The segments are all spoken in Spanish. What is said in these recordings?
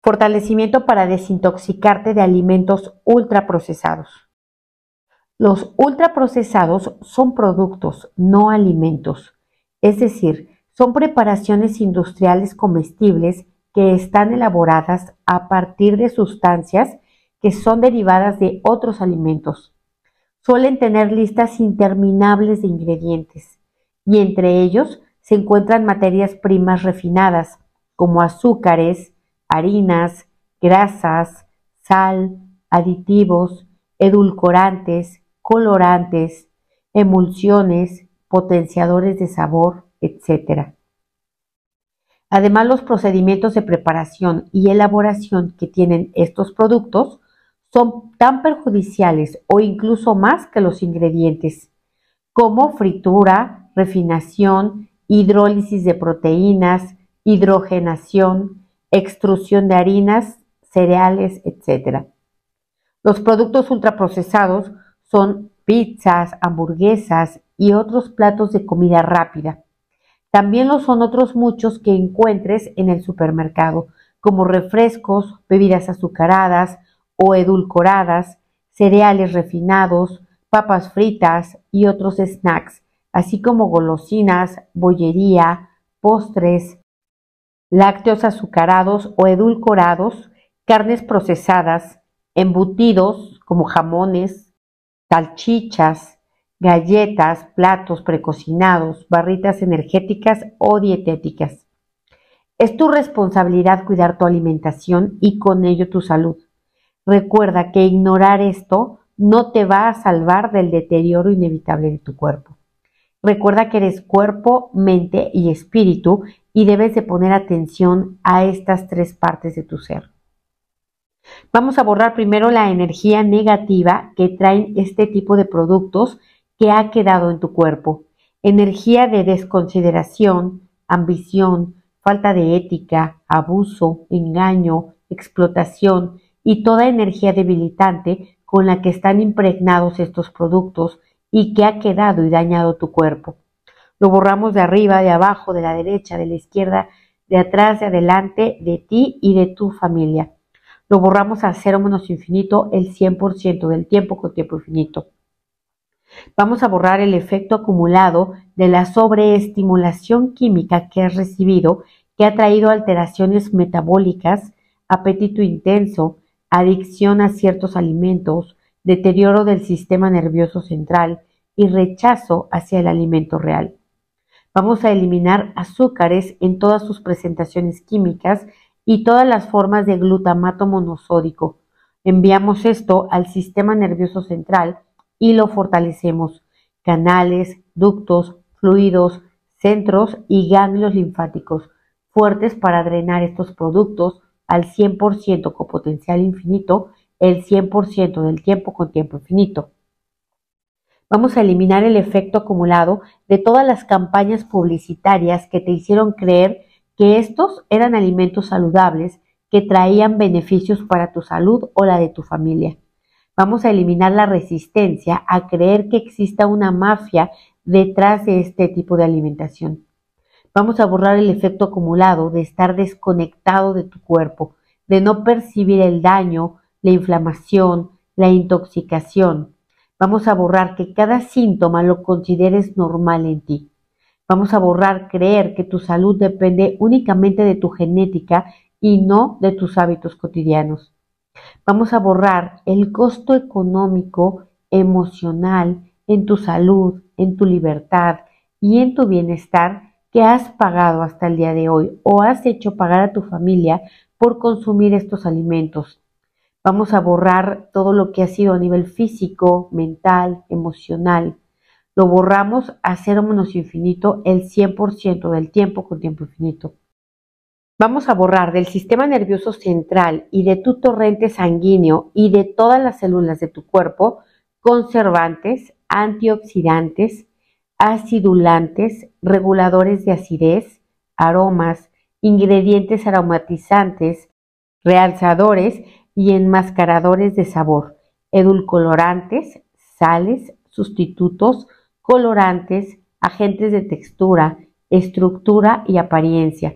Fortalecimiento para desintoxicarte de alimentos ultraprocesados. Los ultraprocesados son productos, no alimentos, es decir, son preparaciones industriales comestibles que están elaboradas a partir de sustancias que son derivadas de otros alimentos. Suelen tener listas interminables de ingredientes y entre ellos se encuentran materias primas refinadas como azúcares, harinas, grasas, sal, aditivos, edulcorantes, colorantes, emulsiones, potenciadores de sabor, etc. Además, los procedimientos de preparación y elaboración que tienen estos productos son tan perjudiciales o incluso más que los ingredientes, como fritura, refinación, hidrólisis de proteínas, hidrogenación, extrusión de harinas, cereales, etc. Los productos ultraprocesados son pizzas, hamburguesas y otros platos de comida rápida. También lo son otros muchos que encuentres en el supermercado, como refrescos, bebidas azucaradas o edulcoradas, cereales refinados, papas fritas y otros snacks, así como golosinas, bollería, postres, lácteos azucarados o edulcorados, carnes procesadas, embutidos como jamones, salchichas, galletas, platos precocinados, barritas energéticas o dietéticas. Es tu responsabilidad cuidar tu alimentación y con ello tu salud. Recuerda que ignorar esto no te va a salvar del deterioro inevitable de tu cuerpo. Recuerda que eres cuerpo, mente y espíritu y debes de poner atención a estas tres partes de tu ser. Vamos a borrar primero la energía negativa que traen este tipo de productos que ha quedado en tu cuerpo. Energía de desconsideración, ambición, falta de ética, abuso, engaño, explotación y toda energía debilitante con la que están impregnados estos productos y que ha quedado y dañado tu cuerpo. Lo borramos de arriba, de abajo, de la derecha, de la izquierda, de atrás, de adelante, de ti y de tu familia. Lo borramos a cero menos infinito el 100% del tiempo con tiempo infinito. Vamos a borrar el efecto acumulado de la sobreestimulación química que has recibido, que ha traído alteraciones metabólicas, apetito intenso, adicción a ciertos alimentos, deterioro del sistema nervioso central y rechazo hacia el alimento real. Vamos a eliminar azúcares en todas sus presentaciones químicas y todas las formas de glutamato monosódico. Enviamos esto al sistema nervioso central y lo fortalecemos. Canales, ductos, fluidos, centros y ganglios linfáticos fuertes para drenar estos productos al 100% con potencial infinito, el 100% del tiempo con tiempo infinito. Vamos a eliminar el efecto acumulado de todas las campañas publicitarias que te hicieron creer que estos eran alimentos saludables que traían beneficios para tu salud o la de tu familia. Vamos a eliminar la resistencia a creer que exista una mafia detrás de este tipo de alimentación. Vamos a borrar el efecto acumulado de estar desconectado de tu cuerpo, de no percibir el daño, la inflamación, la intoxicación. Vamos a borrar que cada síntoma lo consideres normal en ti. Vamos a borrar creer que tu salud depende únicamente de tu genética y no de tus hábitos cotidianos. Vamos a borrar el costo económico, emocional, en tu salud, en tu libertad y en tu bienestar que has pagado hasta el día de hoy o has hecho pagar a tu familia por consumir estos alimentos. Vamos a borrar todo lo que ha sido a nivel físico, mental, emocional. Lo borramos a cero menos infinito el 100% del tiempo con tiempo infinito. Vamos a borrar del sistema nervioso central y de tu torrente sanguíneo y de todas las células de tu cuerpo conservantes, antioxidantes, acidulantes, reguladores de acidez, aromas, ingredientes aromatizantes, realzadores y enmascaradores de sabor, edulcorantes, sales, sustitutos, colorantes, agentes de textura, estructura y apariencia,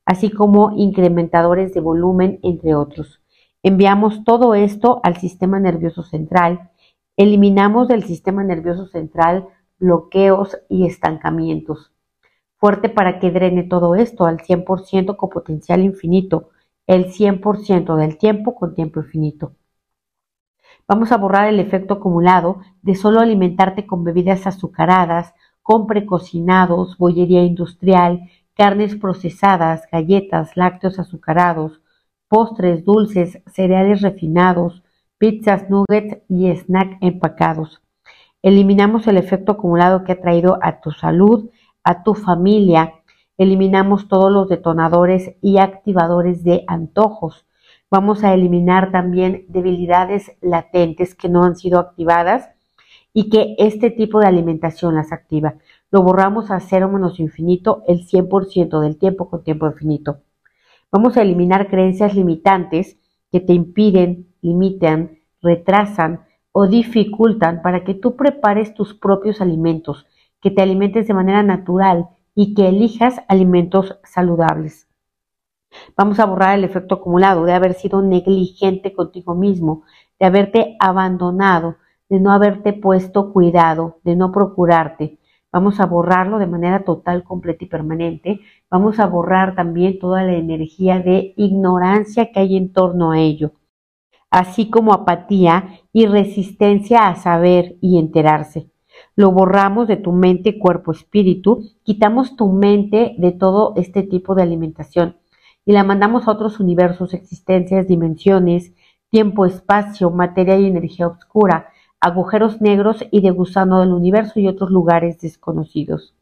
así como incrementadores de volumen, entre otros. Enviamos todo esto al sistema nervioso central, eliminamos del sistema nervioso central bloqueos y estancamientos. Fuerte para que drene todo esto al 100% con potencial infinito, el 100% del tiempo con tiempo infinito. Vamos a borrar el efecto acumulado de solo alimentarte con bebidas azucaradas, con precocinados, bollería industrial, carnes procesadas, galletas, lácteos azucarados, postres, dulces, cereales refinados, pizzas, nuggets y snacks empacados. Eliminamos el efecto acumulado que ha traído a tu salud, a tu familia. Eliminamos todos los detonadores y activadores de antojos. Vamos a eliminar también debilidades latentes que no han sido activadas y que este tipo de alimentación las activa. Lo borramos a cero menos infinito el 100% del tiempo con tiempo infinito. Vamos a eliminar creencias limitantes que te impiden, limitan, retrasan o dificultan para que tú prepares tus propios alimentos, que te alimentes de manera natural y que elijas alimentos saludables. Vamos a borrar el efecto acumulado de haber sido negligente contigo mismo, de haberte abandonado, de no haberte puesto cuidado, de no procurarte. Vamos a borrarlo de manera total, completa y permanente. Vamos a borrar también toda la energía de ignorancia que hay en torno a ello, así como apatía y resistencia a saber y enterarse. Lo borramos de tu mente, cuerpo, espíritu, quitamos tu mente de todo este tipo de alimentación y la mandamos a otros universos, existencias, dimensiones, tiempo, espacio, materia y energía oscura, agujeros negros y de gusano del universo y otros lugares desconocidos.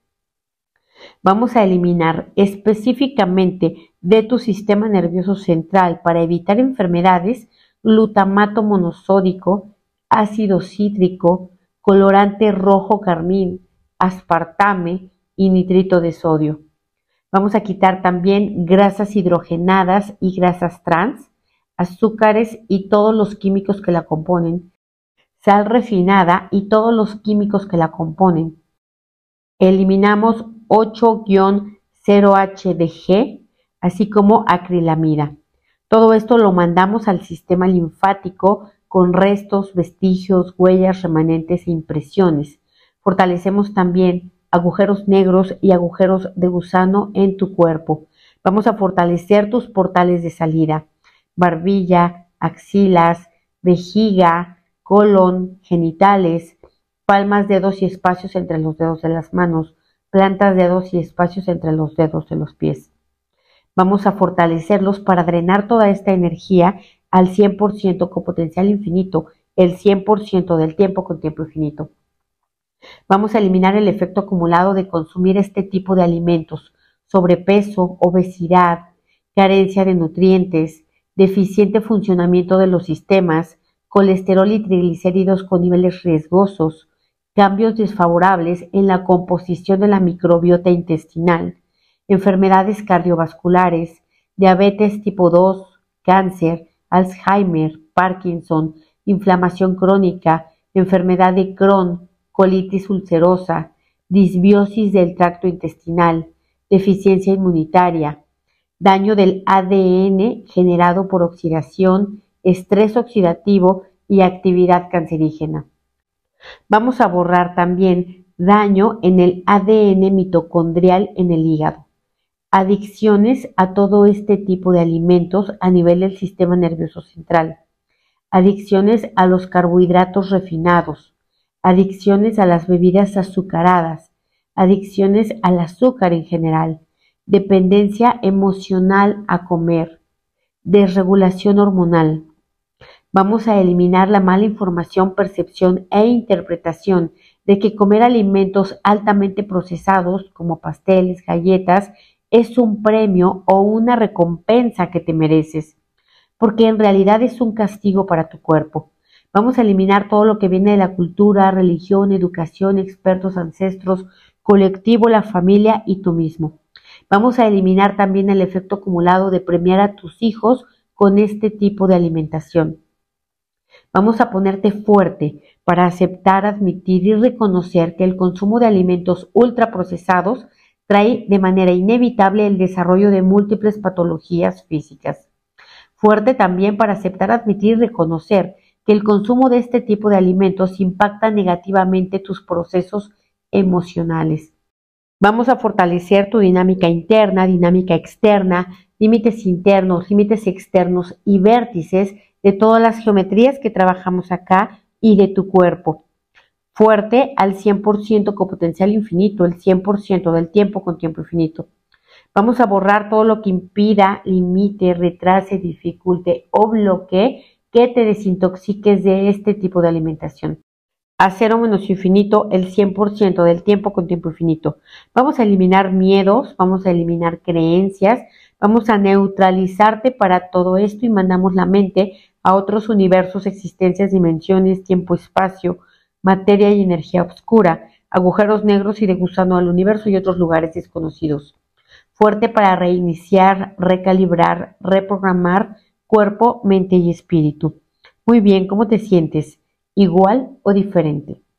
Vamos a eliminar específicamente de tu sistema nervioso central para evitar enfermedades glutamato monosódico, ácido cítrico, colorante rojo carmín, aspartame y nitrito de sodio. Vamos a quitar también grasas hidrogenadas y grasas trans, azúcares y todos los químicos que la componen, sal refinada y todos los químicos que la componen. Eliminamos 8-0HDG, así como acrilamida. Todo esto lo mandamos al sistema linfático con restos, vestigios, huellas, remanentes e impresiones. Fortalecemos también agujeros negros y agujeros de gusano en tu cuerpo. Vamos a fortalecer tus portales de salida, barbilla, axilas, vejiga, colon, genitales, palmas, dedos y espacios entre los dedos de las manos, plantas, dedos y espacios entre los dedos de los pies. Vamos a fortalecerlos para drenar toda esta energía al 100% con potencial infinito, el 100% del tiempo con tiempo infinito. Vamos a eliminar el efecto acumulado de consumir este tipo de alimentos, sobrepeso, obesidad, carencia de nutrientes, deficiente funcionamiento de los sistemas, colesterol y triglicéridos con niveles riesgosos, cambios desfavorables en la composición de la microbiota intestinal, enfermedades cardiovasculares, diabetes tipo 2, cáncer, Alzheimer, Parkinson, inflamación crónica, enfermedad de Crohn, colitis ulcerosa, disbiosis del tracto intestinal, deficiencia inmunitaria, daño del ADN generado por oxidación, estrés oxidativo y actividad cancerígena. Vamos a borrar también daño en el ADN mitocondrial en el hígado, adicciones a todo este tipo de alimentos a nivel del sistema nervioso central, adicciones a los carbohidratos refinados, adicciones a las bebidas azucaradas, adicciones al azúcar en general, dependencia emocional a comer, desregulación hormonal. Vamos a eliminar la mala información, percepción e interpretación de que comer alimentos altamente procesados como pasteles, galletas, es un premio o una recompensa que te mereces, porque en realidad es un castigo para tu cuerpo. Vamos a eliminar todo lo que viene de la cultura, religión, educación, expertos, ancestros, colectivo, la familia y tú mismo. Vamos a eliminar también el efecto acumulado de premiar a tus hijos con este tipo de alimentación. Vamos a ponerte fuerte para aceptar, admitir y reconocer que el consumo de alimentos ultraprocesados trae de manera inevitable el desarrollo de múltiples patologías físicas. Fuerte también para aceptar, admitir y reconocer que el consumo de este tipo de alimentos impacta negativamente tus procesos emocionales. Vamos a fortalecer tu dinámica interna, dinámica externa, límites internos, límites externos y vértices de todas las geometrías que trabajamos acá y de tu cuerpo. Fuerte al 100% con potencial infinito, el 100% del tiempo con tiempo infinito. Vamos a borrar todo lo que impida, limite, retrase, dificulte o bloquee que te desintoxiques de este tipo de alimentación. A cero menos infinito, el 100% del tiempo con tiempo infinito. Vamos a eliminar miedos, vamos a eliminar creencias, vamos a neutralizarte para todo esto y mandamos la mente a otros universos, existencias, dimensiones, tiempo, espacio, materia y energía oscura, agujeros negros y de gusano al universo y otros lugares desconocidos. Fuerte para reiniciar, recalibrar, reprogramar cuerpo, mente y espíritu. Muy bien, ¿cómo te sientes? ¿Igual o diferente?